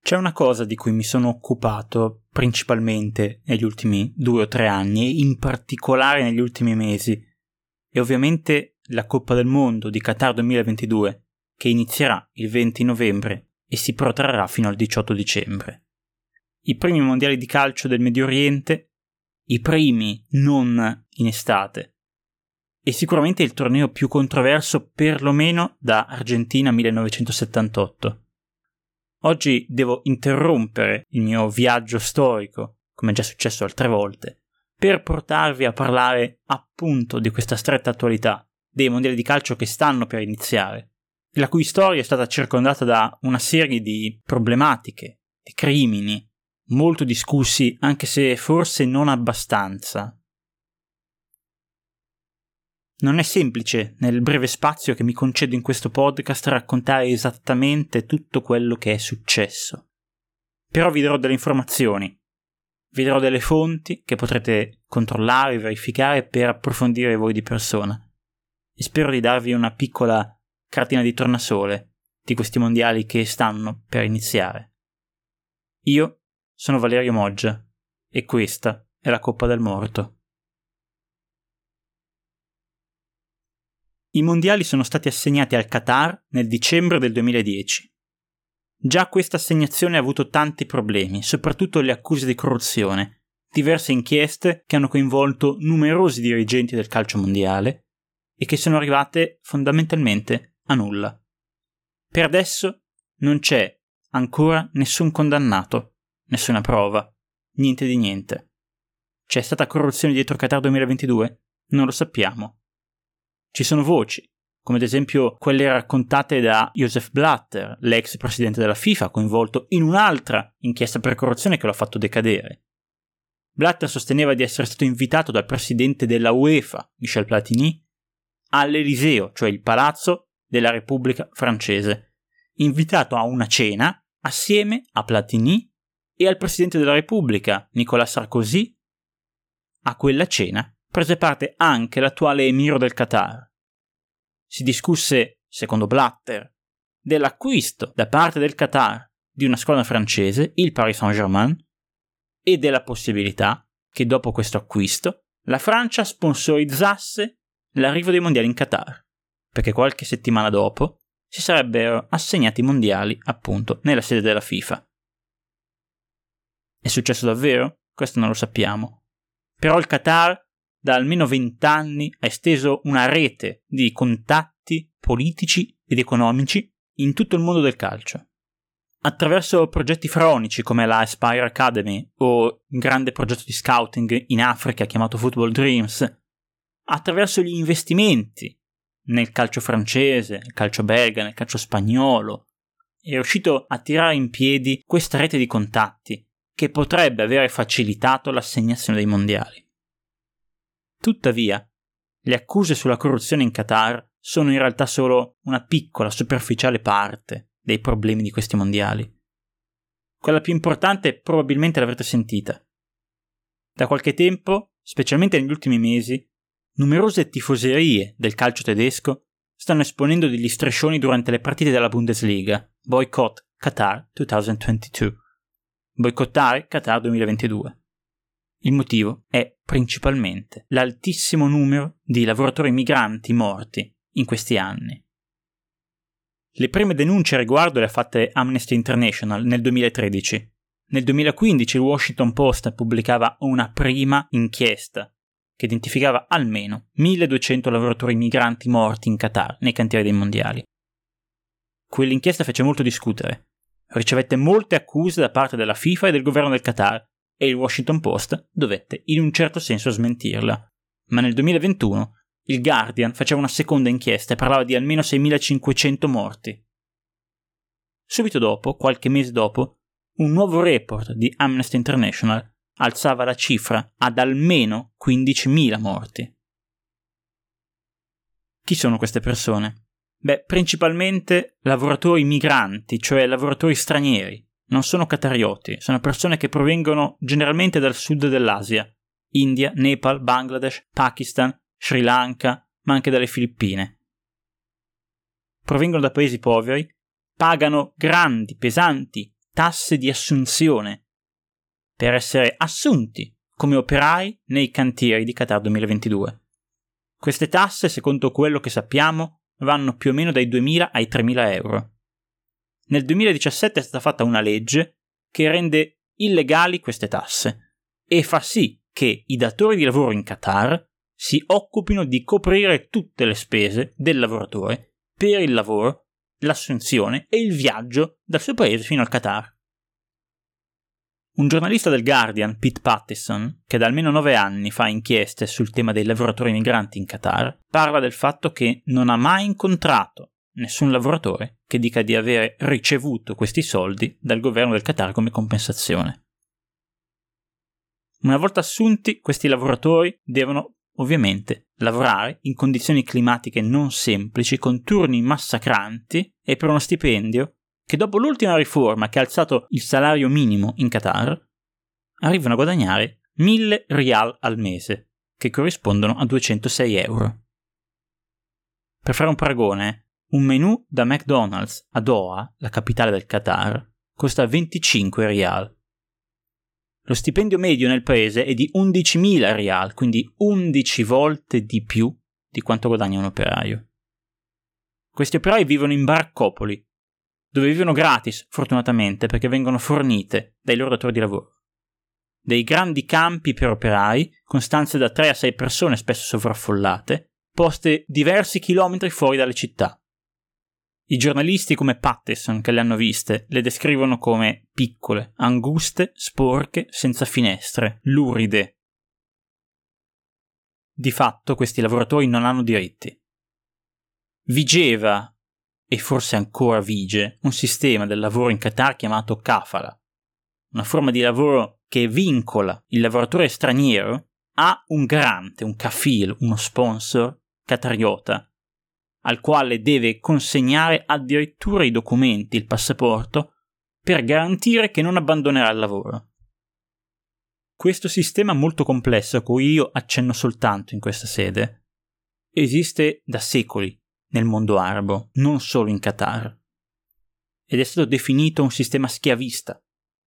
C'è una cosa di cui mi sono occupato principalmente negli ultimi 2 o 3 anni e in particolare negli ultimi mesi, e ovviamente la Coppa del Mondo di Qatar 2022, che inizierà il 20 novembre e si protrarrà fino al 18 dicembre. I primi mondiali di calcio del Medio Oriente, i primi non in estate, e sicuramente il torneo più controverso perlomeno da Argentina 1978. Oggi devo interrompere il mio viaggio storico, come è già successo altre volte, per portarvi a parlare appunto di questa stretta attualità, dei mondiali di calcio che stanno per iniziare, la cui storia è stata circondata da una serie di problematiche, di crimini, molto discussi anche se forse non abbastanza. Non è semplice, nel breve spazio che mi concedo in questo podcast, raccontare esattamente tutto quello che è successo. Però vi darò delle informazioni, vi darò delle fonti che potrete controllare e verificare per approfondire voi di persona. E spero di darvi una piccola cartina di tornasole di questi mondiali che stanno per iniziare. Io sono Valerio Moggia e questa è la Coppa del Morto. I mondiali sono stati assegnati al Qatar nel dicembre del 2010. Già questa assegnazione ha avuto tanti problemi, soprattutto le accuse di corruzione, diverse inchieste che hanno coinvolto numerosi dirigenti del calcio mondiale e che sono arrivate fondamentalmente a nulla. Per adesso non c'è ancora nessun condannato, nessuna prova, niente di niente. C'è stata corruzione dietro Qatar 2022? Non lo sappiamo. Ci sono voci, come ad esempio quelle raccontate da Joseph Blatter, l'ex presidente della FIFA, coinvolto in un'altra inchiesta per corruzione che lo ha fatto decadere. Blatter sosteneva di essere stato invitato dal presidente della UEFA, Michel Platini, all'Eliseo, cioè il palazzo della Repubblica francese, invitato a una cena assieme a Platini e al presidente della Repubblica, Nicolas Sarkozy. A quella cena prese parte anche l'attuale emiro del Qatar. Si discusse, secondo Blatter, dell'acquisto da parte del Qatar di una squadra francese, il Paris Saint-Germain, e della possibilità che dopo questo acquisto la Francia sponsorizzasse l'arrivo dei mondiali in Qatar, perché qualche settimana dopo si sarebbero assegnati i mondiali appunto nella sede della FIFA. È successo davvero? Questo non lo sappiamo. Però il Qatar da almeno 20 anni ha esteso una rete di contatti politici ed economici in tutto il mondo del calcio. Attraverso progetti faraonici come la Aspire Academy o il grande progetto di scouting in Africa chiamato Football Dreams, attraverso gli investimenti nel calcio francese, nel calcio belga, nel calcio spagnolo, è riuscito a tirare in piedi questa rete di contatti che potrebbe avere facilitato l'assegnazione dei mondiali. Tuttavia, le accuse sulla corruzione in Qatar sono in realtà solo una piccola, superficiale parte dei problemi di questi mondiali. Quella più importante probabilmente l'avrete sentita. Da qualche tempo, specialmente negli ultimi mesi, numerose tifoserie del calcio tedesco stanno esponendo degli striscioni durante le partite della Bundesliga, Boycott Qatar 2022, boicottare Qatar 2022. Il motivo è principalmente l'altissimo numero di lavoratori migranti morti in questi anni. Le prime denunce a riguardo le ha fatte Amnesty International nel 2013. Nel 2015 il Washington Post pubblicava una prima inchiesta che identificava almeno 1200 lavoratori migranti morti in Qatar nei cantieri dei mondiali. Quell'inchiesta fece molto discutere. Ricevette molte accuse da parte della FIFA e del governo del Qatar, e il Washington Post dovette in un certo senso smentirla. Ma nel 2021 il Guardian faceva una seconda inchiesta e parlava di almeno 6500 morti. Subito dopo, qualche mese dopo, un nuovo report di Amnesty International alzava la cifra ad almeno 15.000 morti. Chi sono queste persone? Principalmente lavoratori migranti, cioè lavoratori stranieri. Non sono qatarioti, sono persone che provengono generalmente dal sud dell'Asia, India, Nepal, Bangladesh, Pakistan, Sri Lanka, ma anche dalle Filippine. Provengono da paesi poveri, pagano grandi, pesanti tasse di assunzione per essere assunti come operai nei cantieri di Qatar 2022. Queste tasse, secondo quello che sappiamo, vanno più o meno dai 2.000 ai 3.000 euro. Nel 2017 è stata fatta una legge che rende illegali queste tasse e fa sì che i datori di lavoro in Qatar si occupino di coprire tutte le spese del lavoratore per il lavoro, l'assunzione e il viaggio dal suo paese fino al Qatar. Un giornalista del Guardian, Pete Pattison, che da almeno 9 anni fa inchieste sul tema dei lavoratori migranti in Qatar, parla del fatto che non ha mai incontrato nessun lavoratore che dica di aver ricevuto questi soldi dal governo del Qatar come compensazione. Una volta assunti, questi lavoratori devono ovviamente lavorare in condizioni climatiche non semplici, con turni massacranti e per uno stipendio che dopo l'ultima riforma che ha alzato il salario minimo in Qatar arrivano a guadagnare 1.000 rial al mese, che corrispondono a 206 euro. Per fare un paragone, un menù da McDonald's a Doha, la capitale del Qatar, costa 25 rial. Lo stipendio medio nel paese è di 11.000 rial, quindi 11 volte di più di quanto guadagna un operaio. Questi operai vivono in baraccopoli, dove vivono gratis, fortunatamente, perché vengono fornite dai loro datori di lavoro. Dei grandi campi per operai, con stanze da 3 a 6 persone spesso sovraffollate, poste diversi chilometri fuori dalle città. I giornalisti come Pattison, che le hanno viste, le descrivono come piccole, anguste, sporche, senza finestre, luride. Di fatto questi lavoratori non hanno diritti. Vigeva, e forse ancora vige, un sistema del lavoro in Qatar chiamato kafala, una forma di lavoro che vincola il lavoratore straniero a un garante, un kafil, uno sponsor qatariota, al quale deve consegnare addirittura i documenti, il passaporto, per garantire che non abbandonerà il lavoro. Questo sistema molto complesso, a cui io accenno soltanto in questa sede, esiste da secoli nel mondo arabo, non solo in Qatar, ed è stato definito un sistema schiavista.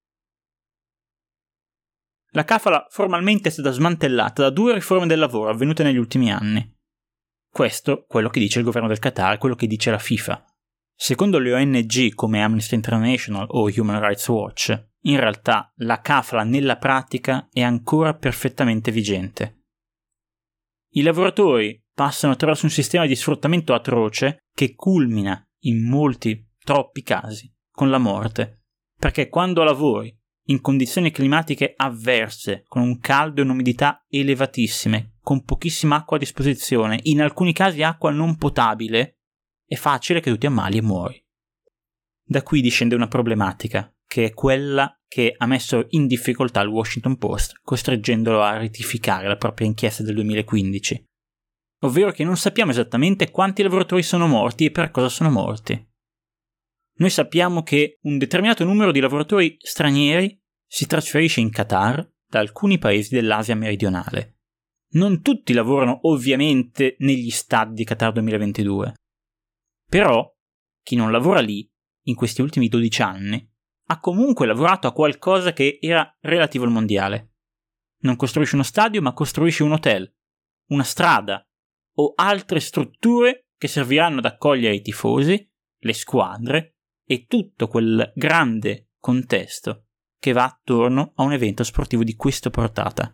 La kafala formalmente è stata smantellata da 2 riforme del lavoro avvenute negli ultimi anni. Questo, quello che dice il governo del Qatar, quello che dice la FIFA. Secondo le ONG come Amnesty International o Human Rights Watch, in realtà la kafala nella pratica è ancora perfettamente vigente. I lavoratori passano attraverso un sistema di sfruttamento atroce che culmina, in molti, troppi casi, con la morte, perché quando lavori in condizioni climatiche avverse, con un caldo e un'umidità elevatissime, con pochissima acqua a disposizione, in alcuni casi acqua non potabile, è facile che tu ti ammali e muori. Da qui discende una problematica, che è quella che ha messo in difficoltà il Washington Post, costringendolo a rettificare la propria inchiesta del 2015. Ovvero che non sappiamo esattamente quanti lavoratori sono morti e per cosa sono morti. Noi sappiamo che un determinato numero di lavoratori stranieri si trasferisce in Qatar da alcuni paesi dell'Asia meridionale. Non tutti lavorano ovviamente negli stadi di Qatar 2022. Però chi non lavora lì, in questi ultimi 12 anni, ha comunque lavorato a qualcosa che era relativo al mondiale. Non costruisce uno stadio, ma costruisce un hotel, una strada o altre strutture che serviranno ad accogliere i tifosi, le squadre e tutto quel grande contesto che va attorno a un evento sportivo di questa portata.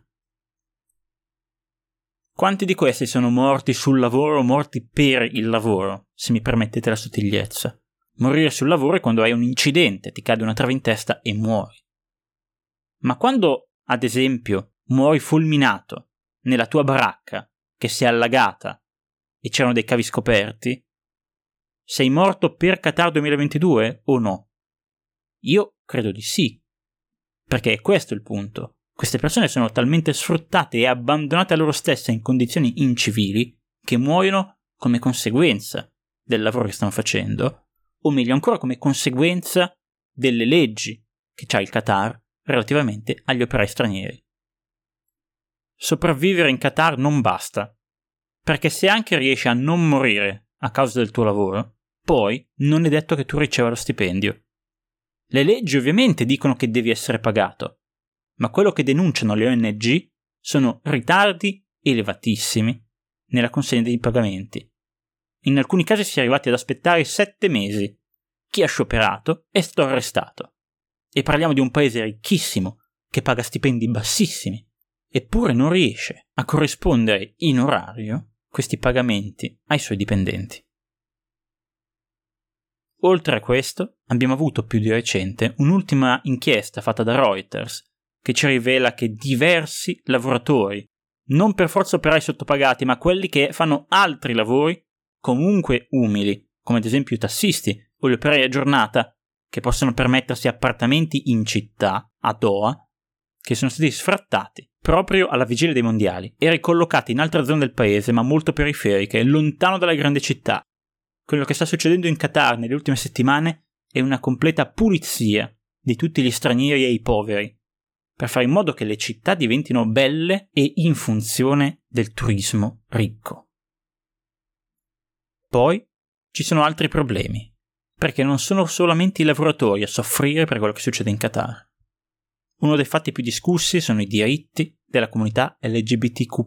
Quanti di questi sono morti sul lavoro o morti per il lavoro, se mi permettete la sottigliezza? Morire sul lavoro è quando hai un incidente, ti cade una trave in testa e muori. Ma quando, ad esempio, muori fulminato nella tua baracca che si è allagata e c'erano dei cavi scoperti, sei morto per Qatar 2022 o no? Io credo di sì, perché è questo il punto. Queste persone sono talmente sfruttate e abbandonate a loro stesse in condizioni incivili che muoiono come conseguenza del lavoro che stanno facendo, o meglio ancora come conseguenza delle leggi che c'ha il Qatar relativamente agli operai stranieri. Sopravvivere in Qatar non basta, perché se anche riesci a non morire a causa del tuo lavoro, poi non è detto che tu riceva lo stipendio. Le leggi ovviamente dicono che devi essere pagato, ma quello che denunciano le ONG sono ritardi elevatissimi nella consegna dei pagamenti. In alcuni casi si è arrivati ad aspettare 7 mesi. Chi ha scioperato è stato arrestato. E parliamo di un paese ricchissimo che paga stipendi bassissimi, eppure non riesce a corrispondere in orario questi pagamenti ai suoi dipendenti. Oltre a questo, abbiamo avuto più di recente un'ultima inchiesta fatta da Reuters che ci rivela che diversi lavoratori, non per forza operai sottopagati, ma quelli che fanno altri lavori comunque umili, come ad esempio i tassisti o gli operai a giornata, che possono permettersi appartamenti in città, a Doha, che sono stati sfrattati proprio alla vigilia dei mondiali e ricollocati in altre zone del paese, ma molto periferiche, lontano dalle grandi città. Quello che sta succedendo in Qatar nelle ultime settimane è una completa pulizia di tutti gli stranieri e i poveri, per fare in modo che le città diventino belle e in funzione del turismo ricco. Poi ci sono altri problemi, perché non sono solamente i lavoratori a soffrire per quello che succede in Qatar. Uno dei fatti più discussi sono i diritti della comunità LGBTQ+.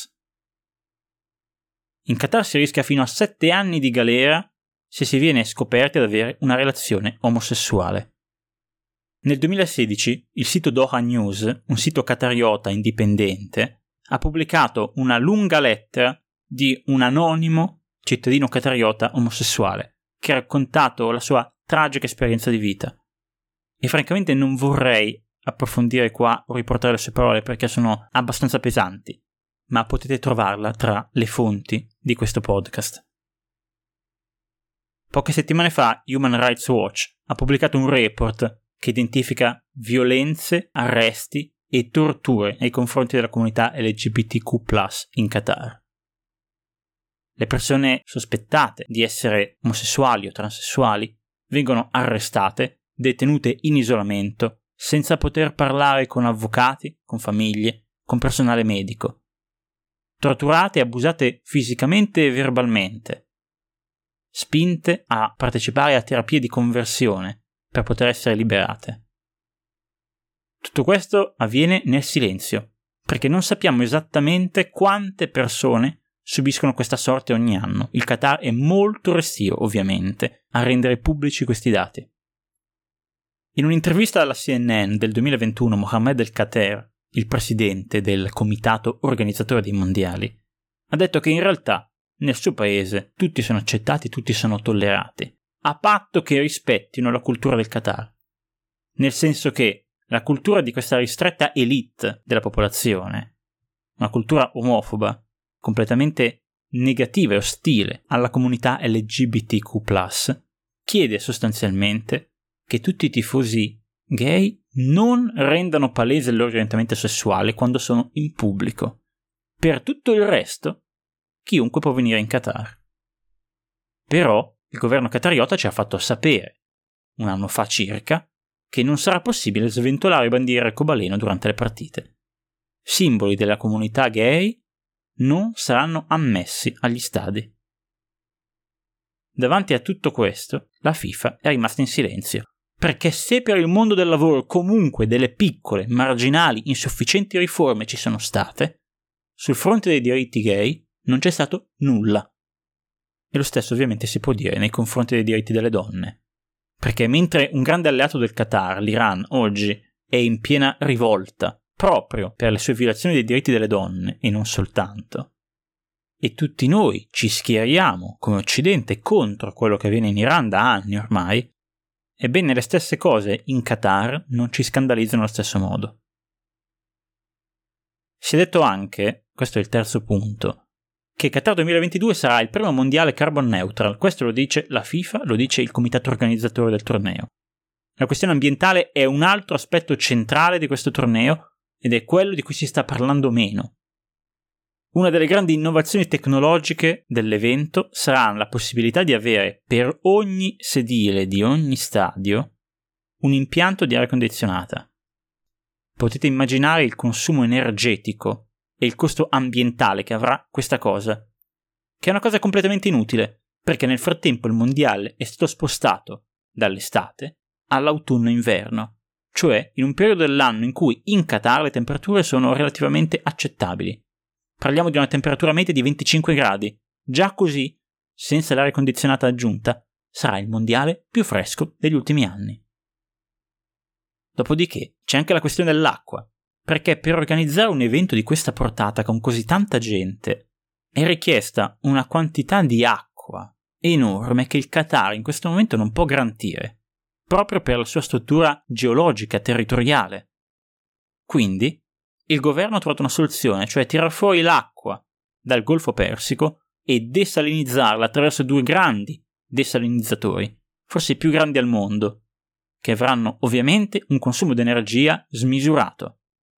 In Qatar si rischia fino a 7 anni di galera se si viene scoperti ad avere una relazione omosessuale. Nel 2016 il sito Doha News, un sito qatariota indipendente, ha pubblicato una lunga lettera di un anonimo cittadino qatariota omosessuale che ha raccontato la sua tragica esperienza di vita. E francamente non vorrei approfondire qua o riportare le sue parole perché sono abbastanza pesanti, ma potete trovarla tra le fonti di questo podcast. Poche settimane fa Human Rights Watch ha pubblicato un report che identifica violenze, arresti e torture nei confronti della comunità LGBTQ+ in Qatar. Le persone sospettate di essere omosessuali o transessuali vengono arrestate, detenute in isolamento, senza poter parlare con avvocati, con famiglie, con personale medico. Torturate e abusate fisicamente e verbalmente, spinte a partecipare a terapie di conversione per poter essere liberate. Tutto questo avviene nel silenzio, perché non sappiamo esattamente quante persone subiscono questa sorte ogni anno. Il Qatar è molto restio, ovviamente, a rendere pubblici questi dati. In un'intervista alla CNN del 2021, Mohammed El-Khater, il presidente del comitato organizzatore dei mondiali, ha detto che in realtà nel suo paese tutti sono accettati, tutti sono tollerati, a patto che rispettino la cultura del Qatar. Nel senso che la cultura di questa ristretta elite della popolazione, una cultura omofoba, completamente negativa e ostile alla comunità LGBTQ+, chiede sostanzialmente che tutti i tifosi gay non rendano palese il loro orientamento sessuale quando sono in pubblico. Per tutto il resto, chiunque può venire in Qatar. Però il governo qatariota ci ha fatto sapere, un anno fa circa, che non sarà possibile sventolare bandiere arcobaleno durante le partite. Simboli della comunità gay non saranno ammessi agli stadi. Davanti a tutto questo, la FIFA è rimasta in silenzio. Perché se per il mondo del lavoro comunque delle piccole, marginali, insufficienti riforme ci sono state, sul fronte dei diritti gay non c'è stato nulla. E lo stesso ovviamente si può dire nei confronti dei diritti delle donne. Perché mentre un grande alleato del Qatar, l'Iran, oggi è in piena rivolta proprio per le sue violazioni dei diritti delle donne, e non soltanto, e tutti noi ci schieriamo come Occidente contro quello che avviene in Iran da anni ormai, ebbene le stesse cose in Qatar non ci scandalizzano allo stesso modo. Si è detto anche, questo è il terzo punto, che Qatar 2022 sarà il primo mondiale carbon neutral. Questo lo dice la FIFA, lo dice il comitato organizzatore del torneo. La questione ambientale è un altro aspetto centrale di questo torneo ed è quello di cui si sta parlando meno. Una delle grandi innovazioni tecnologiche dell'evento sarà la possibilità di avere per ogni sedile di ogni stadio un impianto di aria condizionata. Potete immaginare il consumo energetico e il costo ambientale che avrà questa cosa, che è una cosa completamente inutile, perché nel frattempo il mondiale è stato spostato dall'estate all'autunno-inverno, cioè in un periodo dell'anno in cui in Qatar le temperature sono relativamente accettabili. Parliamo di una temperatura media di 25 gradi. Già così, senza l'aria condizionata aggiunta, sarà il mondiale più fresco degli ultimi anni. Dopodiché c'è anche la questione dell'acqua, perché per organizzare un evento di questa portata con così tanta gente è richiesta una quantità di acqua enorme che il Qatar in questo momento non può garantire, proprio per la sua struttura geologica territoriale. Quindi il governo ha trovato una soluzione, cioè tirar fuori l'acqua dal Golfo Persico e desalinizzarla attraverso 2 grandi desalinizzatori, forse i più grandi al mondo, che avranno ovviamente un consumo di energia smisurato.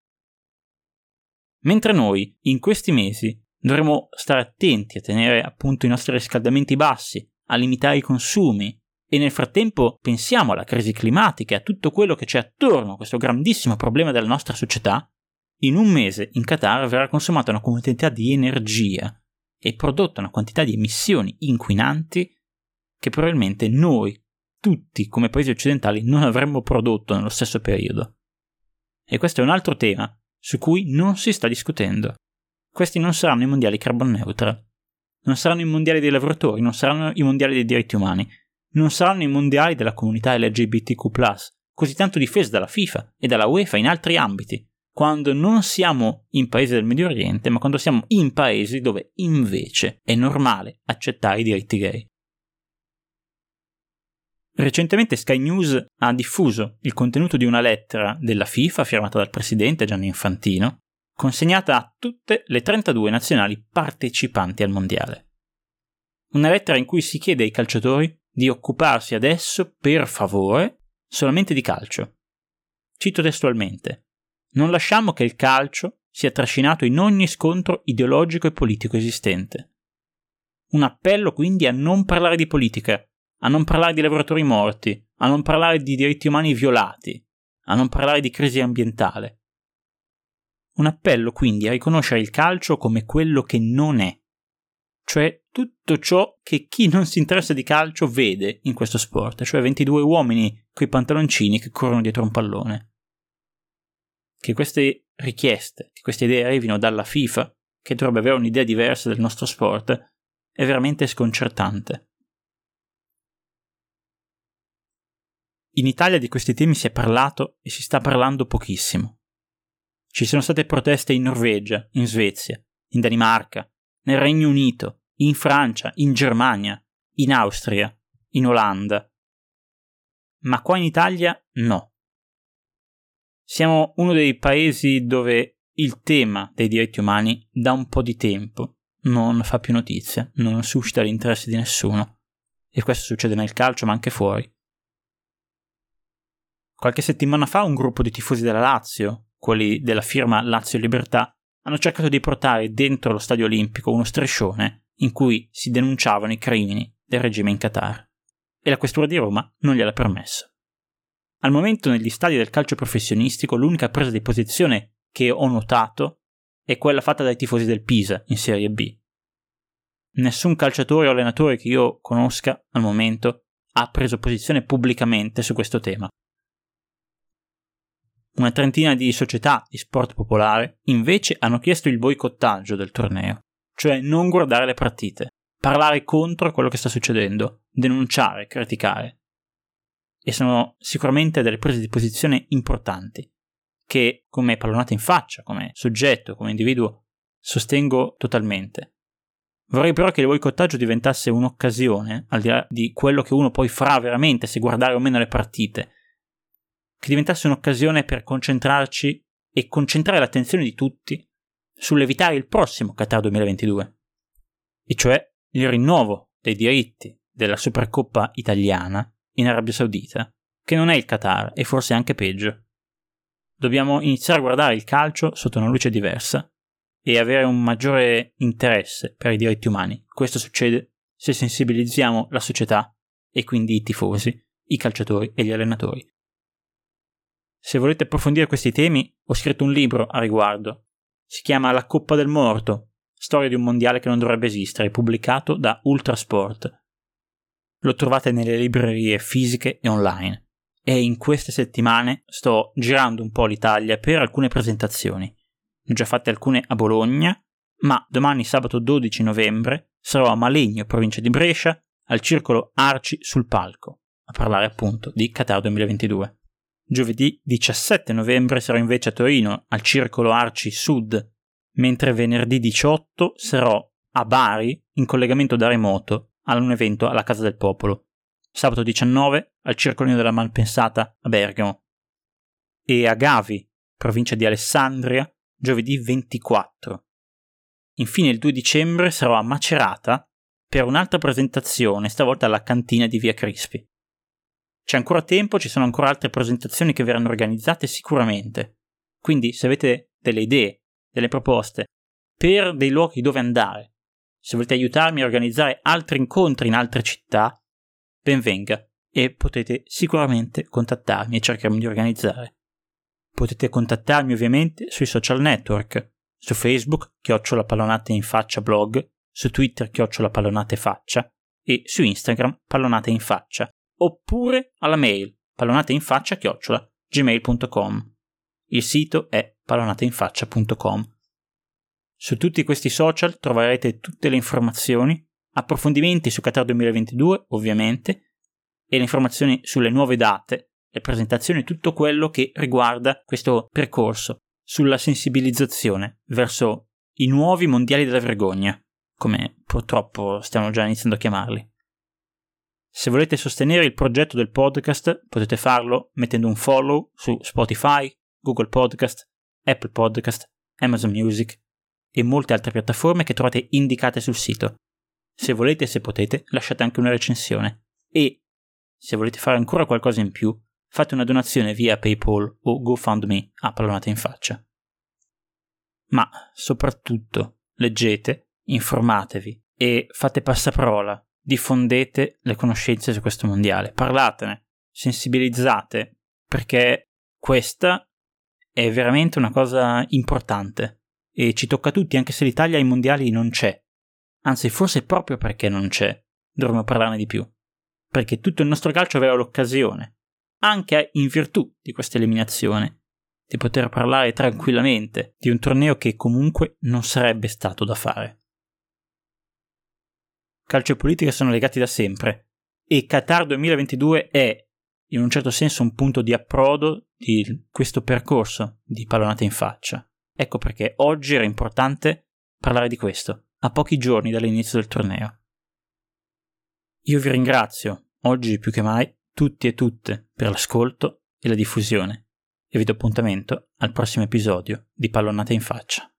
Mentre noi, in questi mesi, dovremo stare attenti a tenere appunto i nostri riscaldamenti bassi, a limitare i consumi, e nel frattempo pensiamo alla crisi climatica e a tutto quello che c'è attorno a questo grandissimo problema della nostra società, in un mese in Qatar verrà consumata una quantità di energia e prodotta una quantità di emissioni inquinanti che probabilmente noi, tutti come paesi occidentali, non avremmo prodotto nello stesso periodo. E questo è un altro tema su cui non si sta discutendo. Questi non saranno i mondiali carbon neutral, non saranno i mondiali dei lavoratori, non saranno i mondiali dei diritti umani, non saranno i mondiali della comunità LGBTQ+, così tanto difesi dalla FIFA e dalla UEFA in altri ambiti, quando non siamo in paesi del Medio Oriente, ma quando siamo in paesi dove invece è normale accettare i diritti gay. Recentemente Sky News ha diffuso il contenuto di una lettera della FIFA firmata dal presidente Gianni Infantino, consegnata a tutte le 32 nazionali partecipanti al mondiale. Una lettera in cui si chiede ai calciatori di occuparsi adesso, per favore, solamente di calcio. Cito testualmente: non lasciamo che il calcio sia trascinato in ogni scontro ideologico e politico esistente. Un appello quindi a non parlare di politica, a non parlare di lavoratori morti, a non parlare di diritti umani violati, a non parlare di crisi ambientale. Un appello quindi a riconoscere il calcio come quello che non è, cioè tutto ciò che chi non si interessa di calcio vede in questo sport, cioè 22 uomini coi pantaloncini che corrono dietro un pallone. Che queste richieste, che queste idee arrivino dalla FIFA, che dovrebbe avere un'idea diversa del nostro sport, è veramente sconcertante. In Italia di questi temi si è parlato e si sta parlando pochissimo. Ci sono state proteste in Norvegia, in Svezia, in Danimarca, nel Regno Unito, in Francia, in Germania, in Austria, in Olanda. Ma qua in Italia no. Siamo uno dei paesi dove il tema dei diritti umani da un po' di tempo non fa più notizia, non suscita l'interesse di nessuno. E questo succede nel calcio ma anche fuori. Qualche settimana fa un gruppo di tifosi della Lazio, quelli della firma Lazio Libertà, hanno cercato di portare dentro lo stadio olimpico uno striscione in cui si denunciavano i crimini del regime in Qatar. E la questura di Roma non gliel'ha permesso. Al momento negli stadi del calcio professionistico l'unica presa di posizione che ho notato è quella fatta dai tifosi del Pisa in Serie B. Nessun calciatore o allenatore che io conosca al momento ha preso posizione pubblicamente su questo tema. Una trentina di società di sport popolare invece hanno chiesto il boicottaggio del torneo, cioè non guardare le partite, parlare contro quello che sta succedendo, denunciare, criticare. E sono sicuramente delle prese di posizione importanti, che come pallonata in faccia, come soggetto, come individuo, sostengo totalmente. Vorrei però che il boicottaggio diventasse un'occasione, al di là di quello che uno poi farà veramente, se guardare o meno le partite, che diventasse un'occasione per concentrarci e concentrare l'attenzione di tutti sull'evitare il prossimo Qatar 2022, e cioè il rinnovo dei diritti della Supercoppa italiana in Arabia Saudita, che non è il Qatar e forse anche peggio. Dobbiamo iniziare a guardare il calcio sotto una luce diversa e avere un maggiore interesse per i diritti umani. Questo succede se sensibilizziamo la società e quindi i tifosi, i calciatori e gli allenatori. Se volete approfondire questi temi, ho scritto un libro a riguardo. Si chiama La Coppa del Morto, storia di un mondiale che non dovrebbe esistere, pubblicato da Ultrasport. Lo trovate nelle librerie fisiche e online. e in queste settimane sto girando un po' l'Italia per alcune presentazioni. Ne ho già fatte alcune a Bologna, ma domani sabato 12 novembre sarò a Malegno, provincia di Brescia, al Circolo Arci sul Palco, a parlare appunto di Qatar 2022. Giovedì 17 novembre sarò invece a Torino, al Circolo Arci Sud, mentre venerdì 18 sarò a Bari in collegamento da remoto a un evento alla Casa del Popolo. Sabato 19 al Circolino della Malpensata a Bergamo. E a Gavi, provincia di Alessandria, giovedì 24. Infine il 2 dicembre sarò a Macerata per un'altra presentazione, stavolta alla cantina di Via Crispi. C'è ancora tempo, ci sono ancora altre presentazioni che verranno organizzate sicuramente. Quindi se avete delle idee, delle proposte per dei luoghi dove andare, se volete aiutarmi a organizzare altri incontri in altre città, ben venga e potete sicuramente contattarmi e cercheremo di organizzare. Potete contattarmi ovviamente sui social network, su Facebook @pallonateinfaccia blog, su Twitter @pallonatefaccia e su Instagram pallonateinfaccia, oppure alla mail pallonateinfaccia@gmail.com. Il sito è pallonateinfaccia.com. Su tutti questi social troverete tutte le informazioni, approfondimenti su Qatar 2022 ovviamente, e le informazioni sulle nuove date, le presentazioni, tutto quello che riguarda questo percorso, sulla sensibilizzazione verso i nuovi mondiali della vergogna, come purtroppo stiamo già iniziando a chiamarli. Se volete sostenere il progetto del podcast potete farlo mettendo un follow su Spotify, Google Podcast, Apple Podcast, Amazon Music e molte altre piattaforme che trovate indicate sul sito. Se volete e se potete lasciate anche una recensione e se volete fare ancora qualcosa in più fate una donazione via PayPal o GoFundMe a Pallonate in Faccia. Ma soprattutto leggete, informatevi e fate passaparola, diffondete le conoscenze su questo mondiale, parlatene, sensibilizzate, perché questa è veramente una cosa importante e ci tocca a tutti, anche se l'Italia ai mondiali non c'è. Anzi, forse proprio perché non c'è, dovremmo parlarne di più. Perché tutto il nostro calcio aveva l'occasione, anche in virtù di questa eliminazione, di poter parlare tranquillamente di un torneo che comunque non sarebbe stato da fare. Calcio e politica sono legati da sempre e Qatar 2022 è in un certo senso un punto di approdo di questo percorso di Pallonate in Faccia. Ecco perché oggi era importante parlare di questo, a pochi giorni dall'inizio del torneo. Io vi ringrazio, oggi più che mai, tutti e tutte per l'ascolto e la diffusione e vi do appuntamento al prossimo episodio di Pallonate in Faccia.